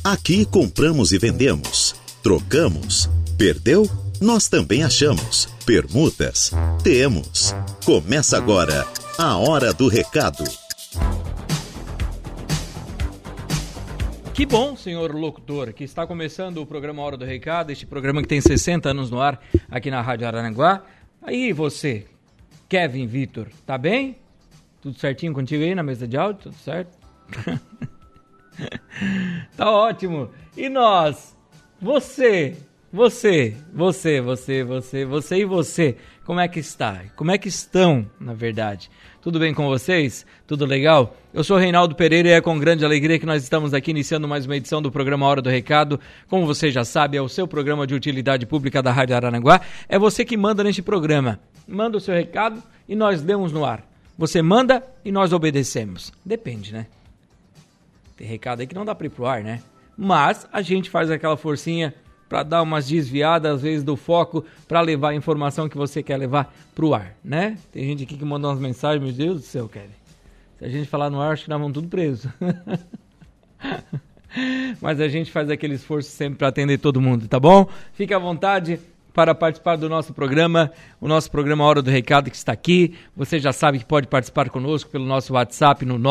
Aqui compramos e vendemos, trocamos, perdeu? Nós também achamos. Permutas? Temos. Começa agora a Hora do Recado. Que bom, senhor locutor, que está começando o programa Hora do Recado, este programa que tem 60 anos no ar aqui na Rádio Araranguá. Aí você, Kevin Vitor, tá bem? Tudo certinho contigo aí na mesa de áudio? Tudo certo? Tá ótimo. E nós? Você e você, como é que está? Como é que estão, na verdade? Tudo bem com vocês? Tudo legal? Eu sou Reinaldo Pereira e é com grande alegria que nós estamos aqui iniciando mais uma edição do programa Hora do Recado. Como você já sabe, é o seu programa de utilidade pública da Rádio Araranguá. É você que manda neste programa. Manda o seu recado e nós lemos no ar. Você manda e nós obedecemos. Depende, né? Tem recado aí que não dá para ir pro ar, né? Mas a gente faz aquela forcinha para dar umas desviadas, às vezes, do foco, para levar a informação que você quer levar pro ar, né? Tem gente aqui que manda umas mensagens, meu Deus do céu, Kevin. Se a gente falar no ar, acho que nós vamos tudo preso. Mas a gente faz aquele esforço sempre para atender todo mundo, tá bom? Fique à vontade para participar do nosso programa, o nosso programa Hora do Recado que está aqui. Você já sabe que pode participar conosco pelo nosso WhatsApp no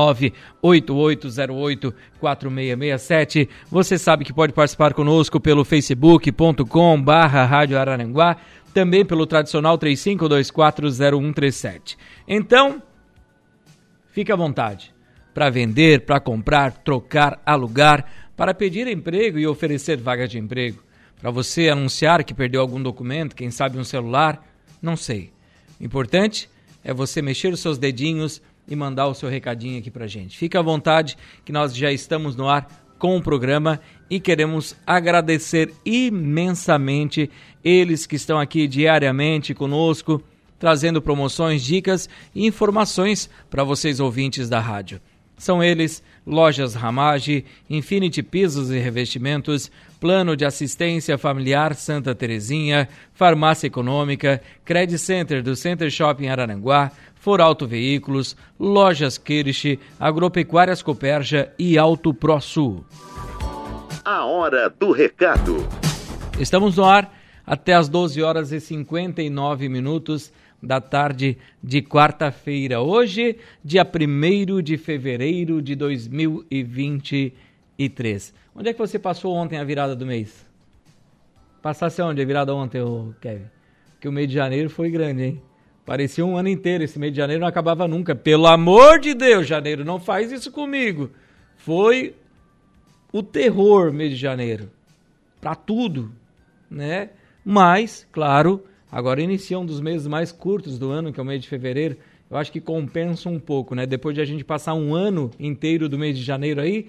988084667. Você sabe que pode participar conosco pelo facebook.com/Rádio Araranguá, também pelo tradicional 35240137. Então, fique à vontade para vender, para comprar, trocar, alugar, para pedir emprego e oferecer vagas de emprego. Para você anunciar que perdeu algum documento, quem sabe um celular, não sei. O importante é você mexer os seus dedinhos e mandar o seu recadinho aqui pra gente. Fique à vontade que nós já estamos no ar com o programa e queremos agradecer imensamente eles que estão aqui diariamente conosco, trazendo promoções, dicas e informações para vocês ouvintes da rádio. São eles: Lojas Ramage, Infinity Pisos e Revestimentos, Plano de Assistência Familiar Santa Terezinha, Farmácia Econômica, Credit Center do Center Shopping Araranguá, Forauto Veículos, Lojas Kirsch, Agropecuárias Copérgia e Auto Pro Sul. A Hora do Recado. Estamos no ar até as 12 horas e 59 minutos da tarde de quarta-feira. Hoje, dia 1º de fevereiro de 2023. Onde é que você passou ontem a virada do mês? Passasse onde a virada ontem, Kevin? Porque o mês de janeiro foi grande, hein? Parecia um ano inteiro. Esse mês de janeiro não acabava nunca. Pelo amor de Deus, janeiro, não faz isso comigo. Foi o terror mês de janeiro. Pra tudo, né? Mas, claro, agora inicia um dos meses mais curtos do ano, que é o mês de fevereiro. Eu acho que compensa um pouco, né? Depois de a gente passar um ano inteiro do mês de janeiro aí,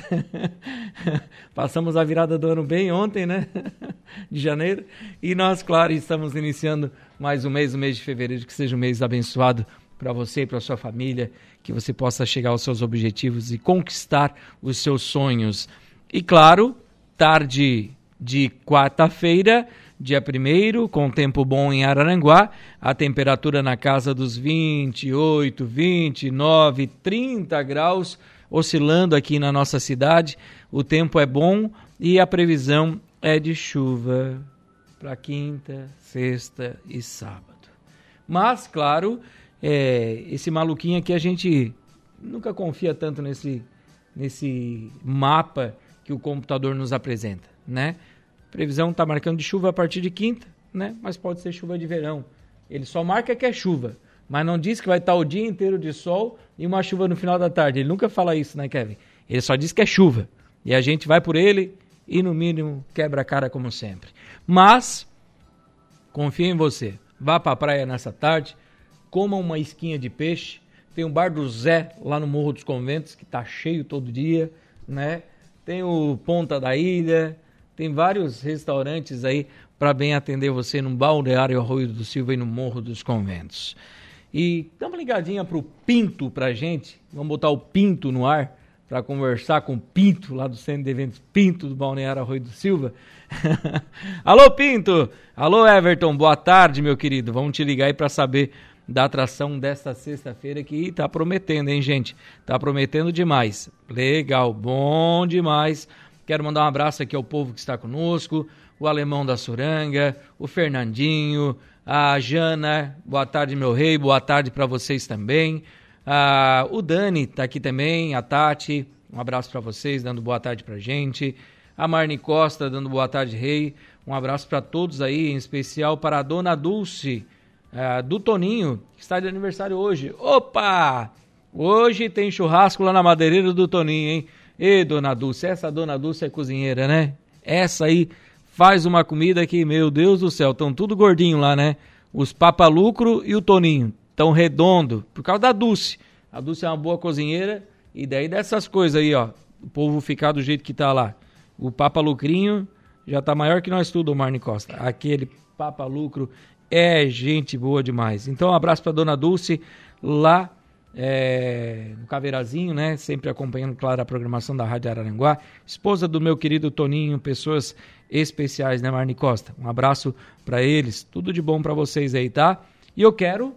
passamos a virada do ano bem ontem, né? De janeiro. E nós, claro, estamos iniciando mais um mês, o mês de fevereiro, que seja um mês abençoado para você e para sua família, que você possa chegar aos seus objetivos e conquistar os seus sonhos. E, claro, tarde de quarta-feira, dia 1º, com tempo bom em Araranguá, a temperatura na casa dos 28, 29, 30 graus, oscilando aqui na nossa cidade. O tempo é bom e a previsão é de chuva para quinta, sexta e sábado. Mas, claro, esse maluquinho aqui a gente nunca confia tanto nesse mapa que o computador nos apresenta, né? Previsão está marcando de chuva a partir de quinta, né? Mas pode ser chuva de verão. Ele só marca que é chuva, mas não diz que vai estar o dia inteiro de sol e uma chuva no final da tarde. Ele nunca fala isso, né, Kevin? Ele só diz que é chuva. E a gente vai por ele e, no mínimo, quebra a cara como sempre. Mas, confia em você. Vá para a praia nessa tarde, coma uma isquinha de peixe. Tem o Bar do Zé lá no Morro dos Conventos, que está cheio todo dia, né? Tem o Ponta da Ilha. Tem vários restaurantes aí para bem atender você no Balneário Arroio do Silva e no Morro dos Conventos. E dá uma ligadinha pro Pinto pra gente. Vamos botar o Pinto no ar para conversar com o Pinto lá do Centro de Eventos Pinto do Balneário Arroio do Silva. Alô, Pinto! Alô, Everton, boa tarde, meu querido. Vamos te ligar aí para saber da atração desta sexta-feira que tá prometendo, hein, gente? Tá prometendo demais. Legal, bom demais. Quero mandar um abraço aqui ao povo que está conosco, o Alemão da Soranga, o Fernandinho, a Jana, boa tarde, meu rei, boa tarde para vocês também. O Dani está aqui também, a Tati, um abraço para vocês, dando boa tarde pra gente. A Marne Costa, dando boa tarde, rei. Um abraço para todos aí, em especial para a Dona Dulce, do Toninho, que está de aniversário hoje. Opa! Hoje tem churrasco lá na madeireira do Toninho, hein? Ê, Dona Dulce, essa Dona Dulce é cozinheira, né? Essa aí faz uma comida que, meu Deus do céu, estão tudo gordinho lá, né? Os Papalucro e o Toninho, tão redondo, por causa da Dulce. A Dulce é uma boa cozinheira, e daí dessas coisas aí, ó, o povo ficar do jeito que tá lá. O Papalucrinho já tá maior que nós tudo, o Marne Costa. Aquele Papalucro é gente boa demais. Então, um abraço pra Dona Dulce, lá no Caveirazinho, né? Sempre acompanhando, claro, a programação da Rádio Araranguá. Esposa do meu querido Toninho, pessoas especiais, né, Marne Costa? Um abraço para eles, tudo de bom para vocês aí, tá? E eu quero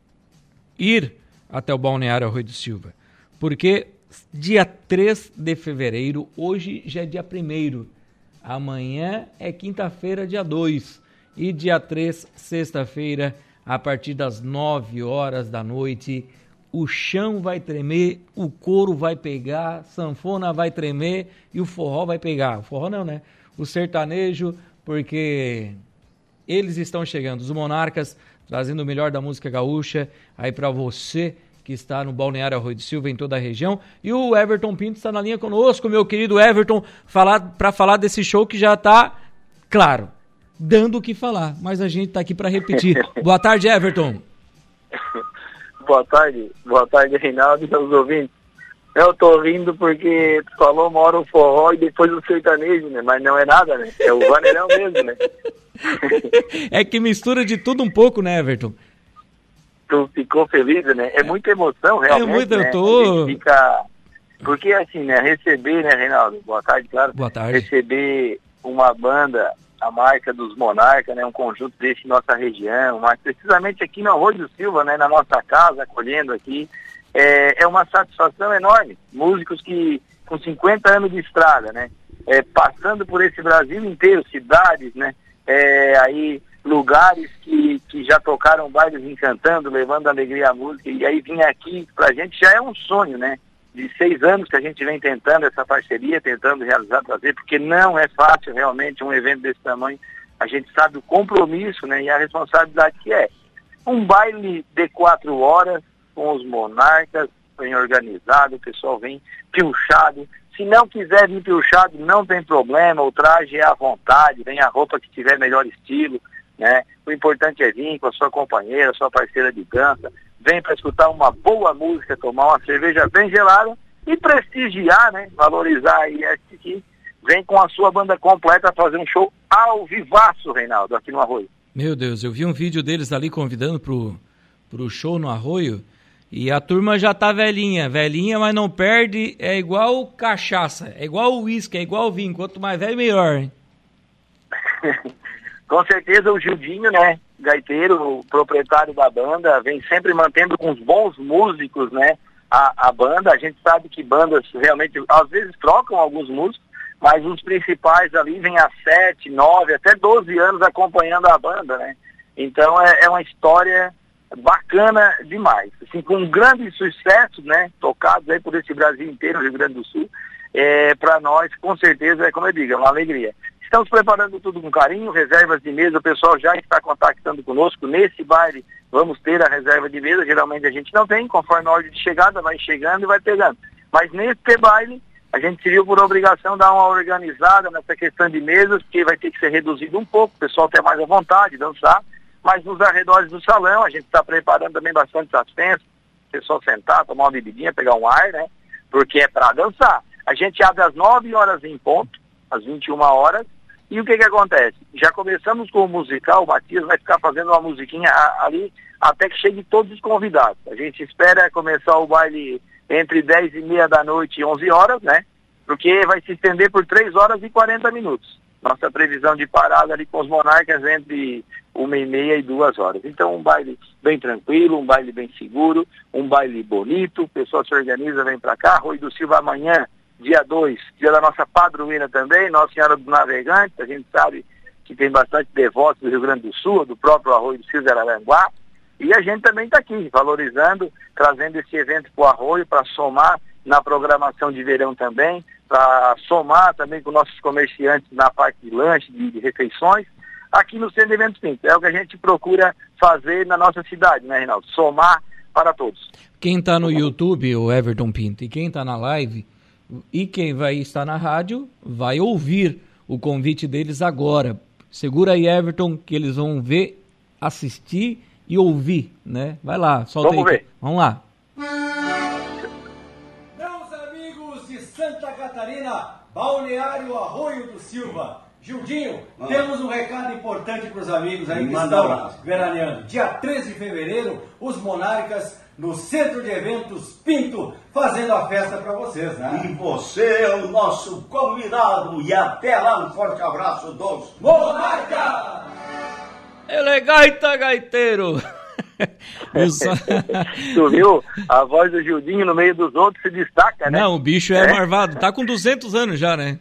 ir até o Balneário Arroio do Silva, porque dia 3 de fevereiro, hoje já é dia 1º, amanhã é quinta-feira, dia 2, e dia 3, sexta-feira, a partir das 9 horas da noite, o chão vai tremer, o couro vai pegar, sanfona vai tremer e o forró vai pegar. O forró não, né? O sertanejo, porque eles estão chegando, os Monarcas, trazendo o melhor da música gaúcha aí para você que está no Balneário Arroio do Silva, em toda a região. E o Everton Pinto está na linha conosco, meu querido Everton, para falar desse show que já está, claro, dando o que falar, mas a gente está aqui para repetir. Boa tarde, Everton. Boa tarde, Reinaldo e seus ouvintes. Eu tô rindo porque tu falou uma hora o forró e depois o sertanejo, né? Mas não é nada, né? É o vaneirão mesmo, né? É que mistura de tudo um pouco, né, Everton? Tu ficou feliz, né? É muita emoção, realmente, muito, né? eu tô... Porque assim, né? Receber, né, Reinaldo? Boa tarde, claro. Boa tarde. Receber uma banda, a marca dos Monarcas, né? Um conjunto desse em nossa região, mas precisamente aqui no Arroio do Silva, né? Na nossa casa, acolhendo aqui. É uma satisfação enorme. Músicos que com 50 anos de estrada, né? Passando por esse Brasil inteiro, cidades, né? Aí lugares que já tocaram bailes encantando, levando alegria à música, e aí vir aqui, pra gente já é um sonho, né? De 6 anos que a gente vem tentando essa parceria, tentando realizar, trazer, porque não é fácil realmente um evento desse tamanho. A gente sabe o compromisso, né? E a responsabilidade que é. Um baile de 4 horas, com os Monarcas, bem organizado, o pessoal vem pilchado. Se não quiser vir pilchado, não tem problema, o traje é à vontade, vem a roupa que tiver melhor estilo, né? O importante é vir com a sua companheira, sua parceira de dança, vem para escutar uma boa música, tomar uma cerveja bem gelada e prestigiar, né? Valorizar aí aqui. Vem com a sua banda completa fazer um show ao vivaço, Reinaldo, aqui no Arroio. Meu Deus, eu vi um vídeo deles ali convidando pro show no Arroio. E a turma já tá velhinha, mas não perde, é igual cachaça, é igual uísque, é igual vinho, quanto mais velho, melhor, hein? Com certeza o Gildinho, né, gaiteiro, o proprietário da banda, vem sempre mantendo com os bons músicos, né, a banda. A gente sabe que bandas realmente, às vezes trocam alguns músicos, mas os principais ali vêm há 7, 9, até 12 anos acompanhando a banda, né? Então é uma história bacana demais, assim, com um grande sucesso, né, tocados aí por esse Brasil inteiro, Rio Grande do Sul, para nós, com certeza, como eu digo, é uma alegria. Estamos preparando tudo com carinho, reservas de mesa, o pessoal já está contactando conosco. Nesse baile vamos ter a reserva de mesa, geralmente a gente não tem, conforme a ordem de chegada, vai chegando e vai pegando. Mas nesse baile, a gente se viu por obrigação dar uma organizada nessa questão de mesas, porque vai ter que ser reduzido um pouco, o pessoal tem mais à vontade de dançar. Mas nos arredores do salão, a gente está preparando também bastante assentos, o pessoal sentar, tomar uma bebidinha, pegar um ar, né? Porque é para dançar. A gente abre às 9 horas em ponto, às 21 horas, e o que acontece? Já começamos com o musical, o Matias vai ficar fazendo uma musiquinha ali até que chegue todos os convidados. A gente espera começar o baile entre 10h30 da noite e 11 horas, né? Porque vai se estender por 3 horas e 40 minutos. Nossa previsão de parada ali com os Monarcas entre 1h30 e 2 horas. Então um baile bem tranquilo, um baile bem seguro, um baile bonito, o pessoal se organiza, vem pra cá. Arroio do Silva amanhã dia 2, dia da nossa padroeira também, Nossa Senhora dos Navegantes. A gente sabe que tem bastante devotos do Rio Grande do Sul, do próprio Arroio do Silva e Araranguá. E a gente também está aqui, valorizando, trazendo esse evento para o Arroio, para somar na programação de verão também, para somar também com nossos comerciantes na parte de lanche, de refeições, aqui no Centro de Eventos Pinto. É o que a gente procura fazer na nossa cidade, né, Reinaldo? Somar para todos. Quem está no YouTube, o Everton Pinto, e quem está na live, e quem vai estar na rádio, vai ouvir o convite deles agora. Segura aí, Everton, que eles vão ver, assistir e ouvir, né? Vai lá, solta Vamos aí. Ver. Vamos lá. Meus amigos de Santa Catarina, Balneário Arroio do Silva. Gildinho, temos um recado importante para os amigos aí que estão veraneando. Dia 13 de fevereiro, os Monarcas no Centro de Eventos Pinto, fazendo a festa para vocês, né? E você é o nosso convidado. E até lá, um forte abraço dos Monarca! Ele é gaita, gaiteiro! Tu viu? A voz do Gildinho no meio dos outros se destaca, né? Não, o bicho é marvado. Tá com 200 anos já, né?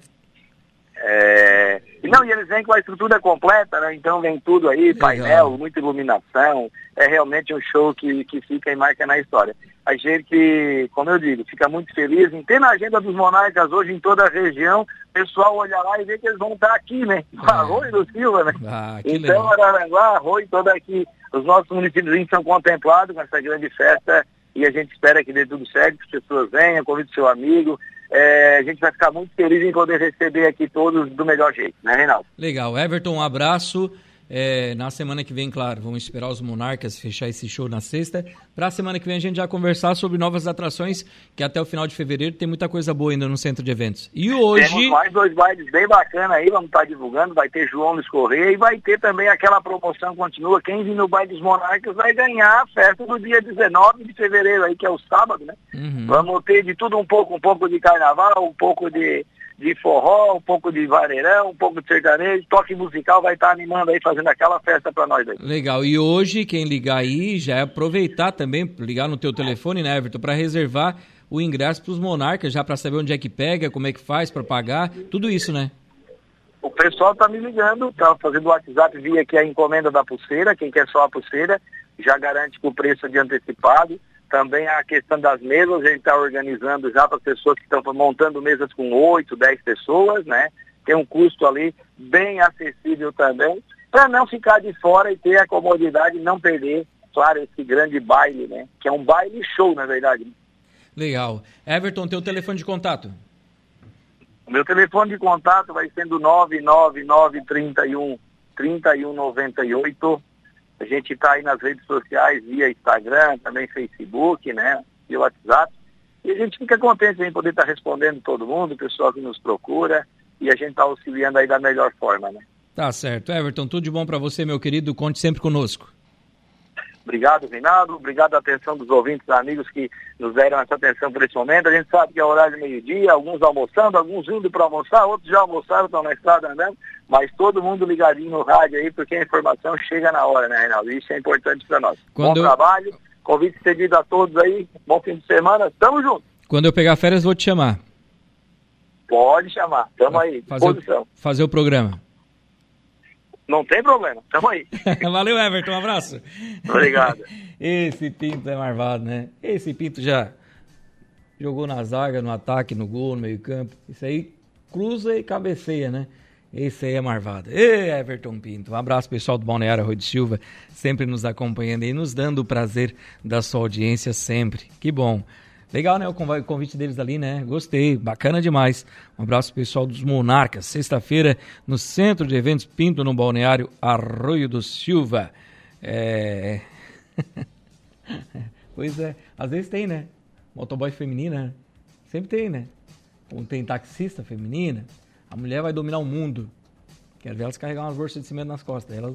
Não, e eles vêm com a estrutura completa, né? Então vem tudo aí, painel, muita iluminação. É realmente um show que fica e marca na história. A gente, como eu digo, fica muito feliz em ter na agenda dos Monarcas hoje em toda a região, o pessoal olhar lá e ver que eles vão estar aqui, né? No Arroio do Silva, né? Então, Araranguá, Arroio, toda aqui, os nossos municípios são contemplados com essa grande festa e a gente espera que dê tudo certo, que as pessoas venham, convide seu amigo. A gente vai ficar muito feliz em poder receber aqui todos do melhor jeito, né, Reinaldo? Legal. Everton, um abraço. Na semana que vem, claro, vamos esperar os Monarcas fechar esse show na sexta. Para a semana que vem a gente já conversar sobre novas atrações, que até o final de fevereiro tem muita coisa boa ainda no Centro de Eventos. E hoje... Temos mais 2 bailes bem bacanas aí, vamos estar divulgando, vai ter João Luiz Correia e vai ter também aquela promoção continua. Quem vir no baile dos Monarcas vai ganhar a festa do dia 19 de fevereiro aí, que é o sábado, né? Uhum. Vamos ter de tudo um pouco de carnaval, um pouco de forró, um pouco de vareirão, um pouco de sertanejo, toque musical, vai estar animando aí, fazendo aquela festa pra nós aí. Legal, e hoje quem ligar aí, já é aproveitar também, ligar no teu telefone, né, Everton, para reservar o ingresso pros Monarcas, já para saber onde é que pega, como é que faz para pagar, tudo isso, né? O pessoal tá me ligando, tá fazendo o WhatsApp via aqui a encomenda da pulseira, quem quer só a pulseira, já garante que o preço é de antecipado. Também a questão das mesas, a gente está organizando já para as pessoas que estão montando mesas com 8, 10 pessoas, né? Tem um custo ali bem acessível também, para não ficar de fora e ter a comodidade e não perder, claro, esse grande baile, né? Que é um baile show, na verdade. Legal. Everton, teu telefone de contato? O meu telefone de contato vai sendo 99931-3198. A gente está aí nas redes sociais, via Instagram, também Facebook, né? E WhatsApp. E a gente fica contente em poder estar respondendo todo mundo, o pessoal que nos procura, e a gente está auxiliando aí da melhor forma, né? Tá certo. Everton, tudo de bom para você, meu querido. Conte sempre conosco. Obrigado, Reinaldo. Obrigado à atenção dos ouvintes, amigos que nos deram essa atenção por esse momento. A gente sabe que é horário de meio-dia, alguns almoçando, alguns indo para almoçar, outros já almoçaram, estão na estrada andando, mas todo mundo ligadinho no rádio aí, porque a informação chega na hora, né, Reinaldo? Isso é importante para nós. Bom trabalho, convite cedido a todos aí, bom fim de semana, tamo junto. Quando eu pegar férias, vou te chamar. Pode chamar, tamo aí, disposição. Fazer o programa. Não tem problema, tamo aí. Valeu, Everton, um abraço. Obrigado. Esse Pinto é marvado, né? Esse Pinto já jogou na zaga, no ataque, no gol, no meio campo. Isso aí cruza e cabeceia, né? Esse aí é marvado. Ei, Everton Pinto. Um abraço, pessoal do Balneário Arroio do Silva, sempre nos acompanhando e nos dando o prazer da sua audiência sempre. Que bom. Legal, né? O convite deles ali, né? Gostei, bacana demais. Um abraço pessoal dos Monarcas. Sexta-feira, no Centro de Eventos Pinto, no Balneário Arroio do Silva. Pois é, às vezes tem, né? Motoboy feminina, sempre tem, né? Tem taxista feminina. A mulher vai dominar o mundo. Quero ver elas carregar umas bolsas de cimento nas costas. Elas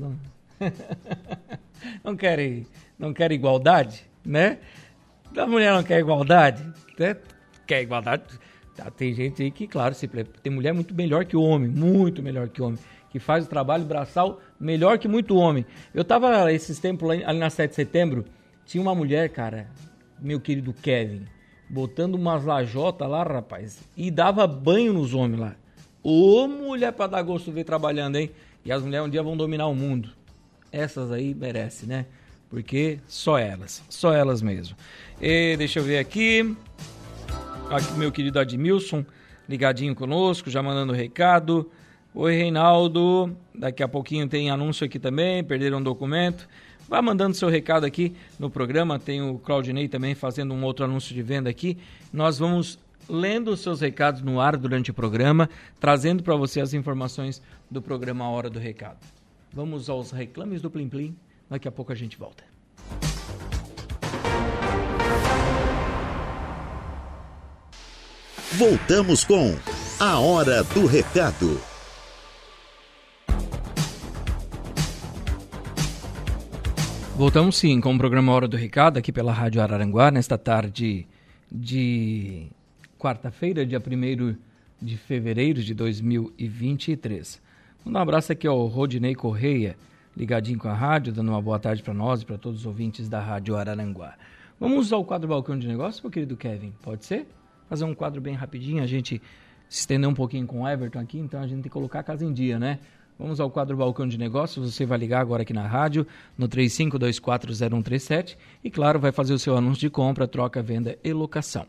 não querem igualdade, né? A mulher não quer igualdade, né? Quer igualdade. Tem gente aí que, claro, tem mulher muito melhor que o homem, muito melhor que o homem, que faz o trabalho braçal melhor que muito homem. Eu tava esses tempos ali na 7 de setembro, tinha uma mulher, cara, meu querido Kevin, botando umas lajotas lá, rapaz, e dava banho nos homens lá. Ô, mulher pra dar gosto de ver trabalhando, hein? E as mulheres um dia vão dominar o mundo. Essas aí merecem, né? Porque só elas mesmo. E deixa eu ver aqui. Aqui meu querido Admilson, ligadinho conosco, já mandando recado. Oi, Reinaldo. Daqui a pouquinho tem anúncio aqui também, perderam um documento. Vá mandando seu recado aqui no programa. Tem o Claudinei também fazendo um outro anúncio de venda aqui. Nós vamos lendo os seus recados no ar durante o programa, trazendo para você as informações do programa A Hora do Recado. Vamos aos reclames do Plim Plim. Daqui a pouco a gente volta. Voltamos com A Hora do Recado. Voltamos sim com o programa Hora do Recado aqui pela Rádio Araranguá, nesta tarde de quarta-feira, dia 1º de fevereiro de 2023. Manda um abraço aqui ao Rodinei Correia, ligadinho com a rádio, dando uma boa tarde para nós e para todos os ouvintes da Rádio Araranguá. Vamos ao quadro Balcão de Negócios, meu querido Kevin, pode ser? Fazer um quadro bem rapidinho, a gente se estender um pouquinho com o Everton aqui, então a gente tem que colocar a casa em dia, né? Vamos ao quadro Balcão de Negócios, você vai ligar agora aqui na rádio, no 35240137 e, claro, vai fazer o seu anúncio de compra, troca, venda e locação.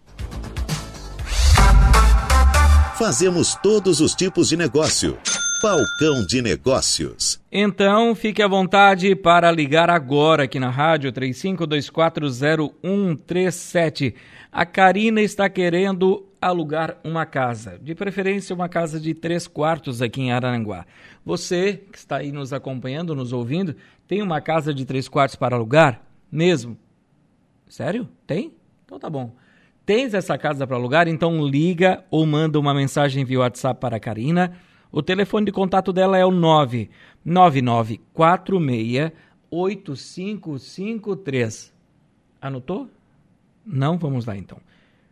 Fazemos todos os tipos de negócio. Balcão de Negócios. Então, fique à vontade para ligar agora aqui na rádio, 35240137. A Karina está querendo alugar uma casa, de preferência uma casa de 3 quartos aqui em Araranguá. Você que está aí nos acompanhando, nos ouvindo, tem uma casa de 3 quartos para alugar? Mesmo? Sério? Tem? Então tá bom. Tens essa casa para alugar? Então liga ou manda uma mensagem via WhatsApp para a Karina. O telefone de contato dela é o 999468553. Anotou? Não? Vamos lá então.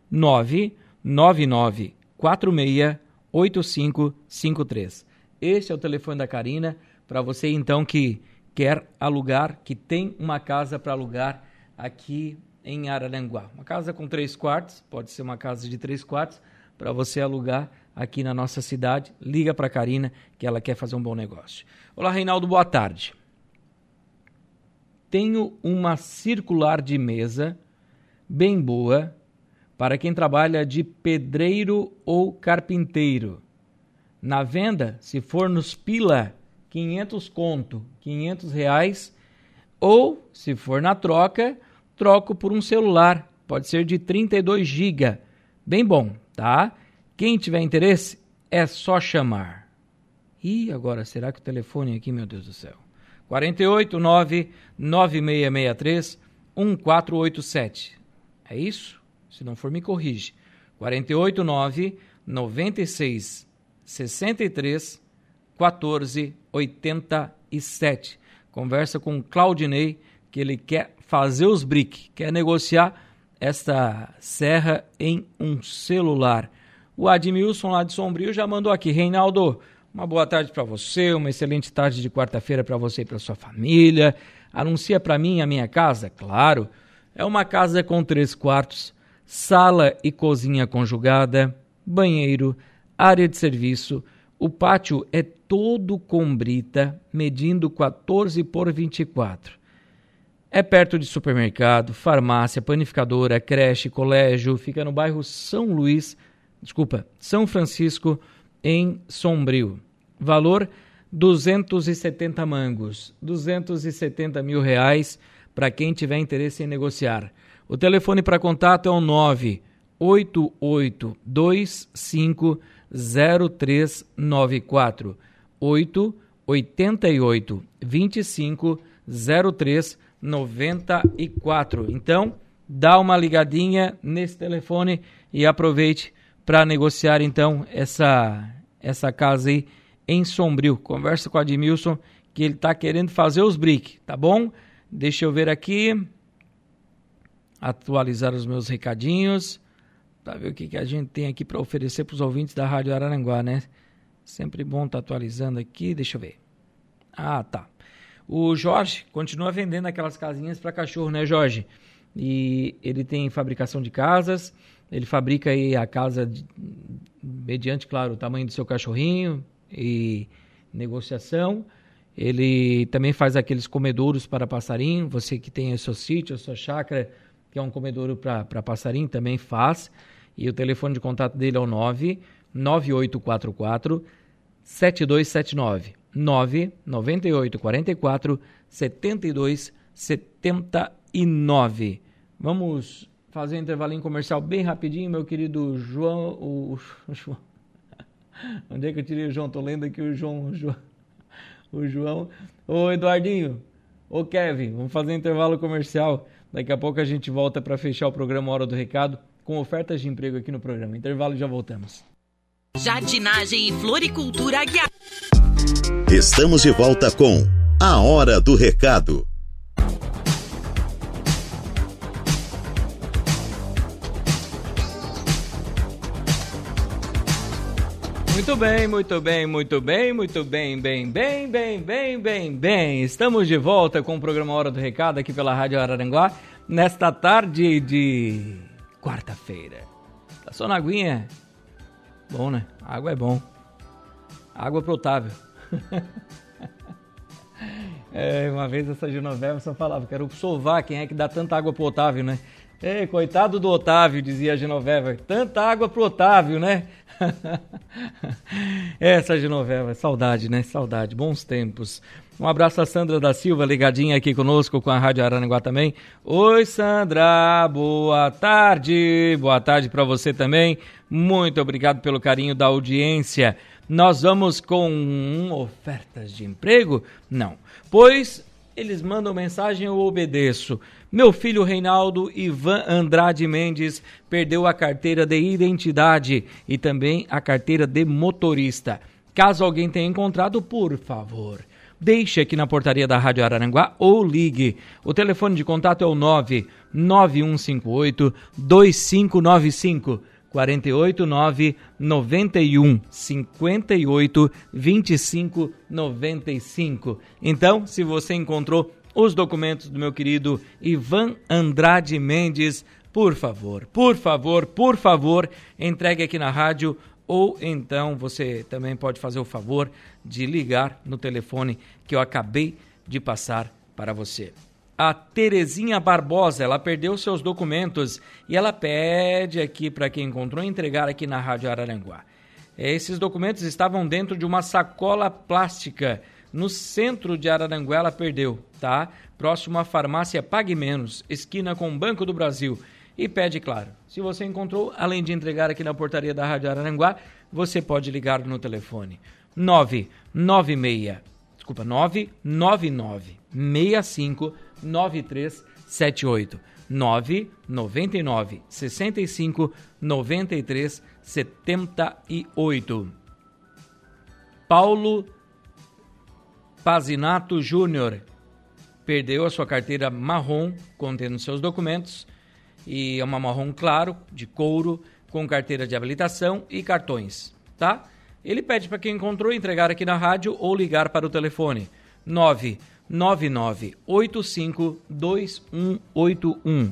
999468553. Esse é o telefone da Karina para você então que quer alugar, que tem uma casa para alugar aqui em Araranguá. Uma casa com 3 quartos, pode ser uma casa de 3 quartos para você alugar aqui na nossa cidade. Liga para a Karina que ela quer fazer um bom negócio. Olá, Reinaldo, boa tarde. Tenho uma circular de mesa bem boa para quem trabalha de pedreiro ou carpinteiro. Na venda, se for nos pila, 500 conto, R$500, ou se for na troca, troco por um celular, pode ser de 32 GB, bem bom, tá? Quem tiver interesse, é só chamar. E agora, será que o telefone aqui, meu Deus do céu? 489-9663-1487. É isso? Se não for, me corrige. 489-9663-1487. Conversa com o Claudinei, que ele quer fazer os briques, quer negociar esta serra em um celular. O Admilson lá de Sombrio já mandou aqui. Reinaldo, uma boa tarde para você, uma excelente tarde de quarta-feira para você e para sua família. Anuncia para mim a minha casa? Claro, é uma casa com 3 quartos, sala e cozinha conjugada, banheiro, área de serviço. O pátio é todo com brita, medindo 14 por 24. É perto de supermercado, farmácia, panificadora, creche, colégio. Fica no bairro São Francisco, em Sombrio. Valor 270 mangos, R$270 mil para quem tiver interesse em negociar. O telefone para contato é o 988250394, 888-25-0394. Então, dá uma ligadinha nesse telefone e aproveite para negociar então essa casa aí em Sombrio. Conversa com o Admilson que ele está querendo fazer os briques, tá bom? Deixa eu ver aqui, atualizar os meus recadinhos, para ver o que a gente tem aqui para oferecer para os ouvintes da Rádio Araranguá, né? Sempre bom estar atualizando aqui, deixa eu ver. Ah, tá. O Jorge continua vendendo aquelas casinhas para cachorro, né, Jorge? e ele tem fabricação de casas, ele fabrica aí a casa mediante, claro, o tamanho do seu cachorrinho e negociação. Ele também faz aqueles comedouros para passarinho, você que tem o seu sítio, a sua chácara, que é um comedouro para passarinho, também faz. E o telefone de contato dele é o 99844 7279 99844 7279. Vamos fazer um intervalinho comercial bem rapidinho, meu querido João. O João. Onde é que eu tirei o João? Tô lendo aqui o João. Ô Eduardinho, ô Kevin, vamos fazer um intervalo comercial. Daqui a pouco a gente volta para fechar o programa Hora do Recado com ofertas de emprego aqui no programa. Intervalo e já voltamos. Jardinagem e Floricultura Aguiar. Estamos de volta com A Hora do Recado. Muito bem. Estamos de volta com o programa Hora do Recado aqui pela Rádio Araranguá, nesta tarde de quarta-feira. Tá só na aguinha? Bom, né? Água é bom. Água potável. Uma vez essa Genoveva só falava, quero sovar quem é que dá tanta água pro Otávio, né? Coitado do Otávio, dizia a Genoveva, tanta água pro Otávio, né? Essa Genoveva, saudade, né? Saudade, bons tempos. Um abraço a Sandra da Silva, ligadinha aqui conosco com a Rádio Araranguá também. Oi, Sandra, boa tarde para você também. Muito obrigado pelo carinho da audiência. Nós vamos com ofertas de emprego? Não, pois eles mandam mensagem, eu obedeço. Meu filho Reinaldo Ivan Andrade Mendes perdeu a carteira de identidade e também a carteira de motorista. Caso alguém tenha encontrado, por favor, deixe aqui na portaria da Rádio Araranguá ou ligue. O telefone de contato é o 99158 2595. 489 91 58 25 95. Então, se você encontrou os documentos do meu querido Ivan Andrade Mendes, por favor, entregue aqui na rádio, ou então você também pode fazer o favor de ligar no telefone que eu acabei de passar para você. A Terezinha Barbosa, ela perdeu seus documentos e ela pede aqui para quem encontrou entregar aqui na Rádio Araranguá. Esses documentos estavam dentro de uma sacola plástica no centro de Araranguá, ela perdeu, tá? Próximo à farmácia Pague Menos, esquina com o Banco do Brasil. E pede, claro, se você encontrou, além de entregar aqui na portaria da Rádio Araranguá, você pode ligar no telefone 999 65 9378 999 65 93 78. Paulo Pazinato Júnior perdeu a sua carteira marrom contendo seus documentos, e é uma marrom claro, de couro, com carteira de habilitação e cartões, tá? Ele pede para quem encontrou entregar aqui na rádio ou ligar para o telefone 999-85-2181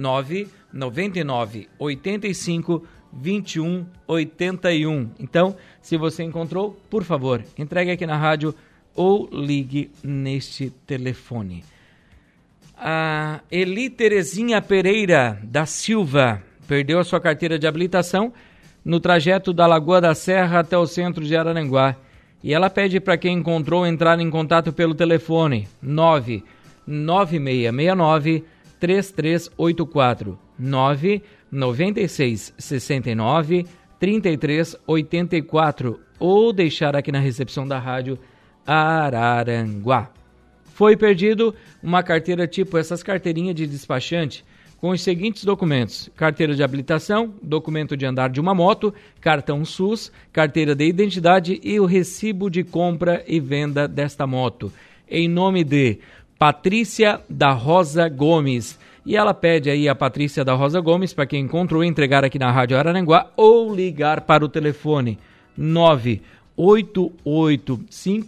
999-85-2181. Então, se você encontrou, por favor, entregue aqui na rádio ou ligue neste telefone. A Eli Terezinha Pereira da Silva perdeu a sua carteira de habilitação no trajeto da Lagoa da Serra até o centro de Araranguá. E ela pede para quem encontrou entrar em contato pelo telefone 99669-3384 99669-3384 ou deixar aqui na recepção da rádio Araranguá. Foi perdido uma carteira tipo essas carteirinhas de despachante com os seguintes documentos: carteira de habilitação, documento de andar de uma moto, cartão SUS, carteira de identidade e o recibo de compra e venda desta moto, em nome de Patrícia da Rosa Gomes. E ela pede aí a Patrícia da Rosa Gomes para quem encontrou entregar aqui na Rádio Araranguá ou ligar para o telefone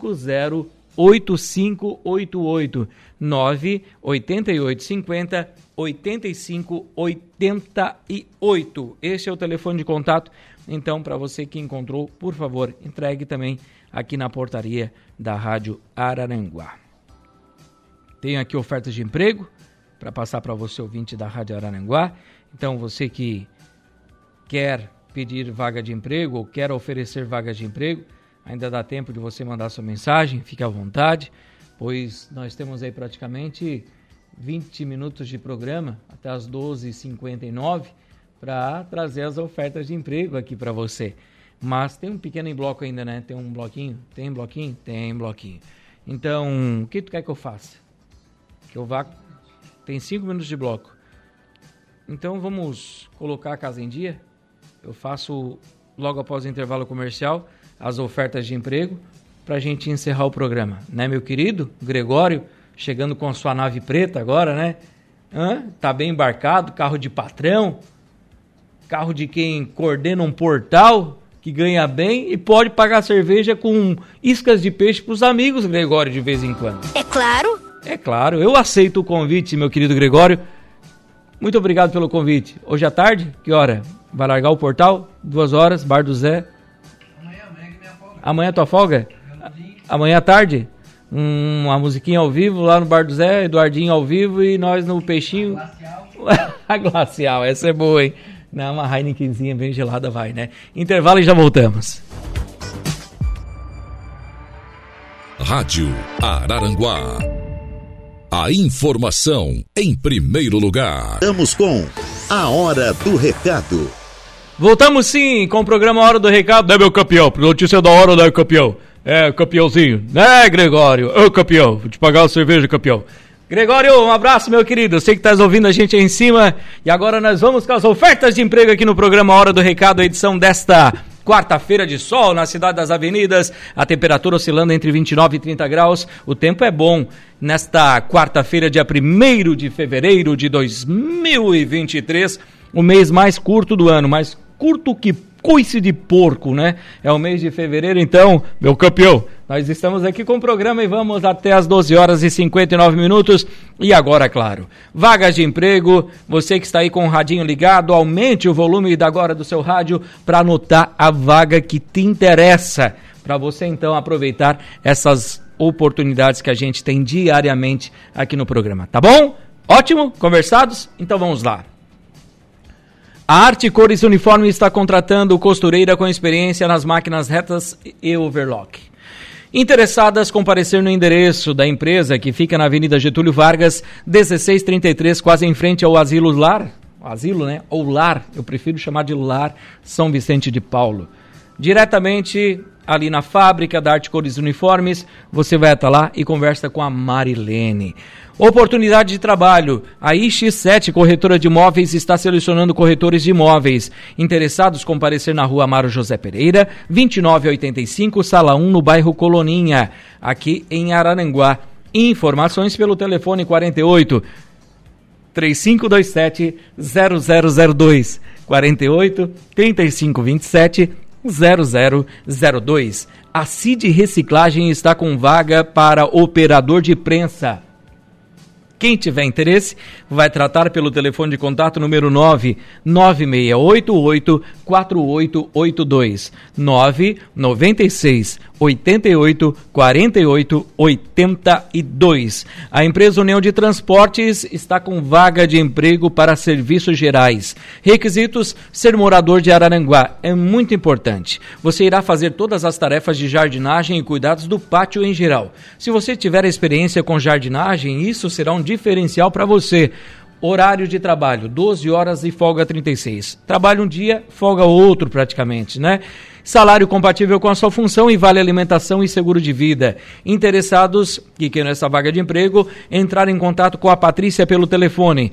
98850 8588 98850 8588. Esse é o telefone de contato. Então, para você que encontrou, por favor, entregue também aqui na portaria da Rádio Araranguá. Tenho aqui ofertas de emprego para passar para você, ouvinte da Rádio Araranguá. Então, você que quer pedir vaga de emprego ou quer oferecer vagas de emprego, ainda dá tempo de você mandar sua mensagem, fique à vontade, pois nós temos aí praticamente 20 minutos de programa, até as 12h59, para trazer as ofertas de emprego aqui para você. Mas tem um pequeno bloco ainda, né? Tem um bloquinho? Tem bloquinho? Tem bloquinho. Então, o que tu quer que eu faça? Que eu vá... Tem 5 minutos de bloco. Então, vamos colocar a casa em dia? Eu faço, logo após o intervalo comercial, as ofertas de emprego para a gente encerrar o programa. Né, meu querido Gregório? Chegando com a sua nave preta agora, né? Tá bem embarcado, carro de patrão, carro de quem coordena um portal, que ganha bem e pode pagar cerveja com iscas de peixe para os amigos, Gregório, de vez em quando. É claro. É claro, eu aceito o convite, meu querido Gregório. Muito obrigado pelo convite. Hoje à tarde, que hora? Vai largar o portal? 2 horas, Bar do Zé. Amanhã que é minha folga. Amanhã é tua folga? Amanhã à tarde? Uma musiquinha ao vivo lá no Bar do Zé, Eduardinho ao vivo e nós no peixinho. A glacial, essa é boa, hein? Não, uma Heinekenzinha bem gelada vai, né? Intervalo e já voltamos. Rádio Araranguá. A informação em primeiro lugar. Estamos com a Hora do Recado. Voltamos sim com o programa Hora do Recado, né, meu campeão? Notícia da hora, né, campeão? É, campeãozinho. Né, Gregório? Ô, campeão, vou te pagar a cerveja, campeão. Gregório, um abraço, meu querido. Eu sei que estás ouvindo a gente aí em cima. E agora nós vamos com as ofertas de emprego aqui no programa Hora do Recado, a edição desta quarta-feira de sol na Cidade das Avenidas. A temperatura oscilando entre 29 e 30 graus. O tempo é bom nesta quarta-feira, dia 1º de fevereiro de 2023. O mês mais curto do ano, mais curto que coice de porco, né? É o mês de fevereiro, então, meu campeão, nós estamos aqui com o programa e vamos até as 12 horas e 59 minutos. E agora, claro, vagas de emprego, você que está aí com o radinho ligado, aumente o volume agora do seu rádio para anotar a vaga que te interessa, para você então aproveitar essas oportunidades que a gente tem diariamente aqui no programa, tá bom? Ótimo? Conversados? Então vamos lá. A Arte Cores Uniforme está contratando costureira com experiência nas máquinas retas e overlock. Interessadas, comparecer no endereço da empresa, que fica na Avenida Getúlio Vargas, 1633, quase em frente ao Asilo Lar. Asilo, né? Ou Lar, eu prefiro chamar de Lar, São Vicente de Paulo. Diretamente ali na fábrica da Arte Cores Uniformes, você vai até lá e conversa com a Marilene. Oportunidade de trabalho. A iX7 Corretora de Imóveis está selecionando corretores de imóveis. Interessados, comparecer na rua Amaro José Pereira, 2985, sala 1, no bairro Coloninha, aqui em Araranguá. Informações pelo telefone 48 3527 0002, 48 3527 0002. A CID Reciclagem está com vaga para operador de prensa. Quem tiver interesse, vai tratar pelo telefone de contato número 99688-4882, 996-88-4882. A empresa União de Transportes está com vaga de emprego para serviços gerais. Requisitos: ser morador de Araranguá. É muito importante. Você irá fazer todas as tarefas de jardinagem e cuidados do pátio em geral. Se você tiver experiência com jardinagem, isso será um diferencial para você. Horário de trabalho, 12 horas e folga 36. Trabalha um dia, folga outro praticamente, né? Salário compatível com a sua função e vale alimentação e seguro de vida. Interessados que queiram essa vaga de emprego, entrar em contato com a Patrícia pelo telefone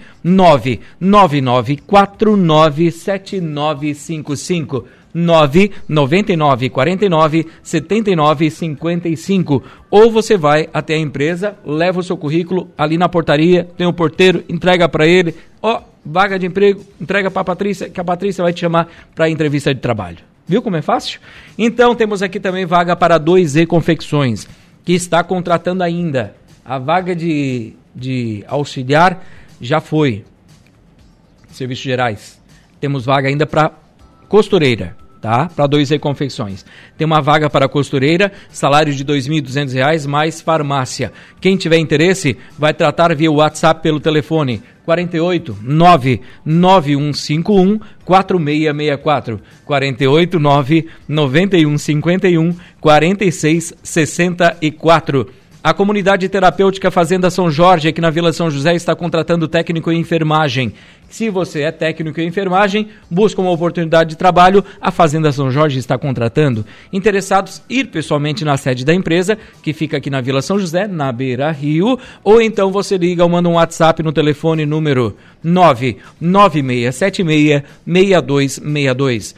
999497955. 999497955. Ou você vai até a empresa, leva o seu currículo ali na portaria, tem o porteiro, entrega para ele, vaga de emprego, entrega para a Patrícia, que a Patrícia vai te chamar para a entrevista de trabalho. Viu como é fácil? Então temos aqui também vaga para 2E Confecções, que está contratando ainda. A vaga de auxiliar já foi. serviços gerais. Temos vaga ainda para costureira, tá? Para 2 confecções. Tem uma vaga para costureira, salário de R$ 2.200 mais farmácia. Quem tiver interesse, vai tratar via WhatsApp pelo telefone 48 99151 4664, 48 99151 4664. A comunidade terapêutica Fazenda São Jorge, aqui na Vila São José, está contratando técnico em enfermagem. Se você é técnico em enfermagem, busca uma oportunidade de trabalho, a Fazenda São Jorge está contratando. Interessados, ir pessoalmente na sede da empresa, que fica aqui na Vila São José, na Beira Rio, ou então você liga ou manda um WhatsApp no telefone número 99676-6262,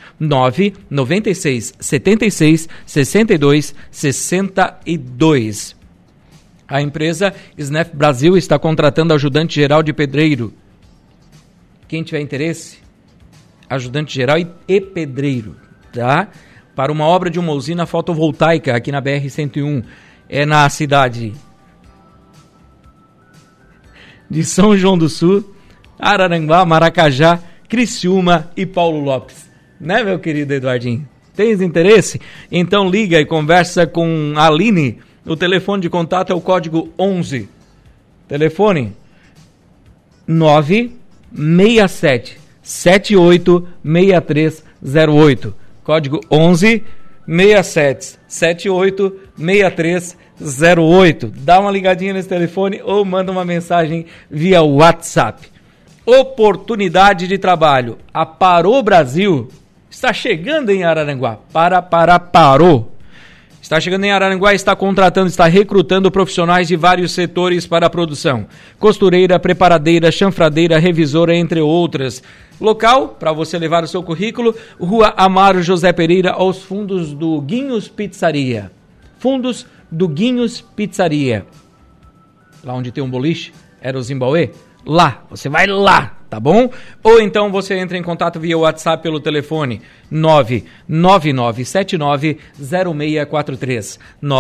99676-6262. A empresa Snef Brasil está contratando ajudante geral de pedreiro. Quem tiver interesse, ajudante geral e pedreiro, tá? Para uma obra de uma usina fotovoltaica aqui na BR-101, é na cidade de São João do Sul, Araranguá, Maracajá, Criciúma e Paulo Lopes. Né, meu querido Eduardinho? Tens interesse? Então liga e conversa com a Aline. O telefone de contato é o código 11. Telefone 967 78 6308. Código 11 67 78 6308. Dá uma ligadinha nesse telefone ou manda uma mensagem via WhatsApp. Oportunidade de trabalho. A Parou Brasil está chegando em Araranguá. Parou. Está chegando em Araranguá, está contratando, está recrutando profissionais de vários setores para a produção. Costureira, preparadeira, chanfradeira, revisora, entre outras. Local, para você levar o seu currículo, Rua Amaro José Pereira, aos fundos do Guinhos Pizzaria. Fundos do Guinhos Pizzaria. Lá onde tem um boliche, era o Zimbauê. Lá, você vai lá, tá bom? Ou então você entra em contato via WhatsApp pelo telefone 999790643,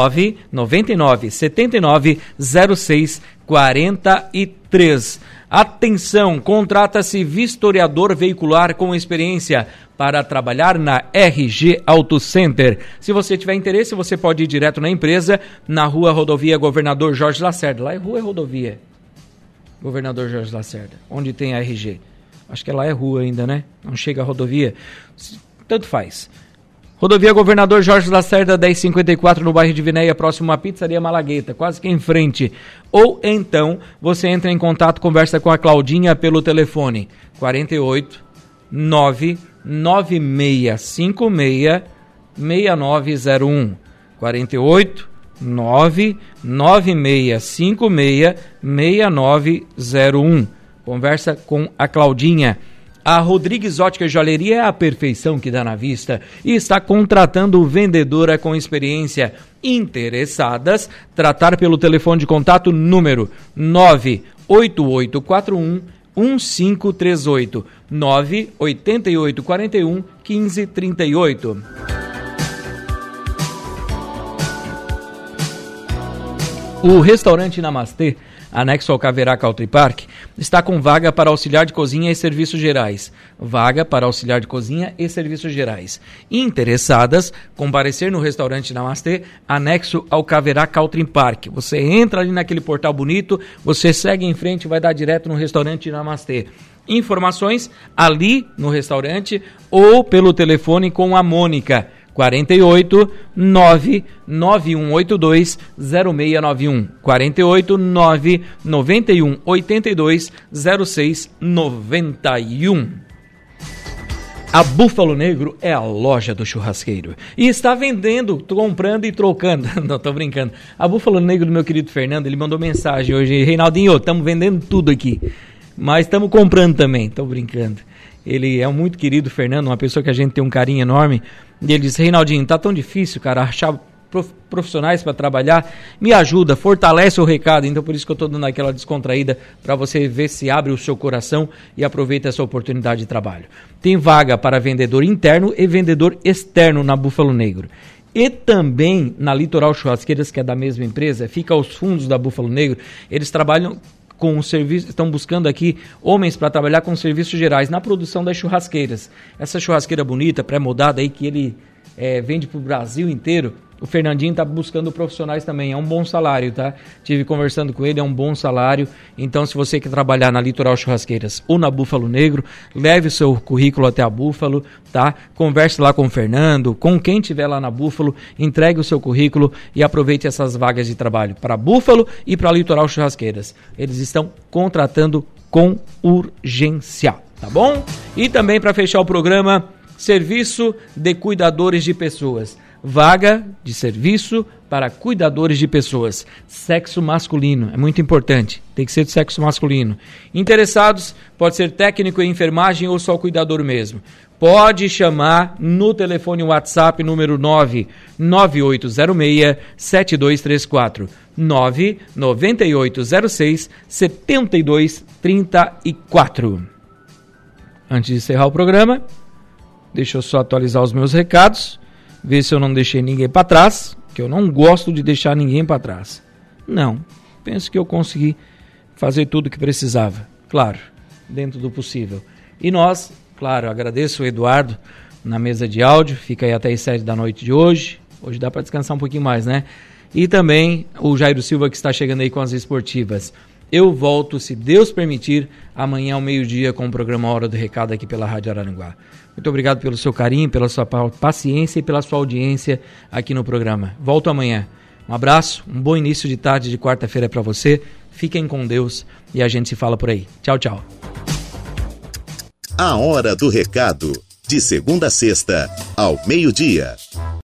999790643. Atenção, contrata-se vistoriador veicular com experiência para trabalhar na RG Auto Center. Se você tiver interesse, você pode ir direto na empresa, na Rua Rodovia Governador Jorge Lacerda. Lá é rua e rodovia. Governador Jorge Lacerda, onde tem a RG. Acho que lá é rua ainda, né? Não chega a rodovia. Tanto faz. Rodovia Governador Jorge Lacerda, 1054, no bairro de Vinéia, próximo à Pizzaria Malagueta, quase que em frente. Ou então, você entra em contato, conversa com a Claudinha pelo telefone 48 99656 6901. 48 996566901. Conversa com a Claudinha. A Rodrigues Ótica e Joalheria é a perfeição que dá na vista e está contratando vendedora com experiência. Interessadas, tratar pelo telefone de contato número 98841 1538, 98841 1538. O restaurante Namastê, anexo ao Caverá Country Park, está com vaga para auxiliar de cozinha e serviços gerais. Vaga para auxiliar de cozinha e serviços gerais. Interessadas, comparecer no restaurante Namastê, anexo ao Caverá Country Park. Você entra ali naquele portal bonito, você segue em frente e vai dar direto no restaurante Namastê. Informações ali no restaurante ou pelo telefone com a Mônica. 48 99182 0691, 48 99182 0691. A Búfalo Negro é a loja do churrasqueiro e está vendendo, comprando e trocando. Não, tô brincando. A Búfalo Negro do meu querido Fernando, ele mandou mensagem hoje: Reinaldinho, estamos vendendo tudo aqui, mas estamos comprando também. Tô brincando. Ele é um muito querido, Fernando, uma pessoa que a gente tem um carinho enorme. E ele disse: Reinaldinho, tá tão difícil, cara, achar profissionais para trabalhar. Me ajuda, fortalece o recado. Então por isso que eu tô dando aquela descontraída para você ver se abre o seu coração e aproveita essa oportunidade de trabalho. Tem vaga para vendedor interno e vendedor externo na Búfalo Negro. E também na Litoral Churrasqueiras, que é da mesma empresa, fica aos fundos da Búfalo Negro. Eles trabalham com o serviço, estão buscando aqui homens para trabalhar com serviços gerais na produção das churrasqueiras. Essa churrasqueira bonita, pré-moldada aí, que ele vende para o Brasil inteiro. O Fernandinho está buscando profissionais também, é um bom salário, tá? Tive conversando com ele, é um bom salário. Então, se você quer trabalhar na Litoral Churrasqueiras ou na Búfalo Negro, leve o seu currículo até a Búfalo, tá? Converse lá com o Fernando, com quem estiver lá na Búfalo, entregue o seu currículo e aproveite essas vagas de trabalho para Búfalo e para Litoral Churrasqueiras. Eles estão contratando com urgência, tá bom? E também, para fechar o programa, serviço de cuidadores de pessoas. Vaga de serviço para cuidadores de pessoas. Sexo masculino, é muito importante. Tem que ser de sexo masculino. Interessados, pode ser técnico em enfermagem ou só cuidador mesmo. Pode chamar no telefone WhatsApp número 99806-7234. 99806-7234. Antes de encerrar o programa, deixa eu só atualizar os meus recados. Ver se eu não deixei ninguém para trás, que eu não gosto de deixar ninguém para trás. Não, penso que eu consegui fazer tudo o que precisava, claro, dentro do possível. E nós, claro, agradeço o Eduardo na mesa de áudio, fica aí até as 7 da noite de hoje. Hoje dá para descansar um pouquinho mais, né? E também o Jairo Silva, que está chegando aí com as esportivas. Eu volto, se Deus permitir, amanhã ao meio-dia com o programa Hora do Recado aqui pela Rádio Araranguá. Muito obrigado pelo seu carinho, pela sua paciência e pela sua audiência aqui no programa. Volto amanhã. Um abraço, um bom início de tarde de quarta-feira para você. Fiquem com Deus e a gente se fala por aí. Tchau, tchau. A Hora do Recado, de segunda a sexta, ao meio-dia.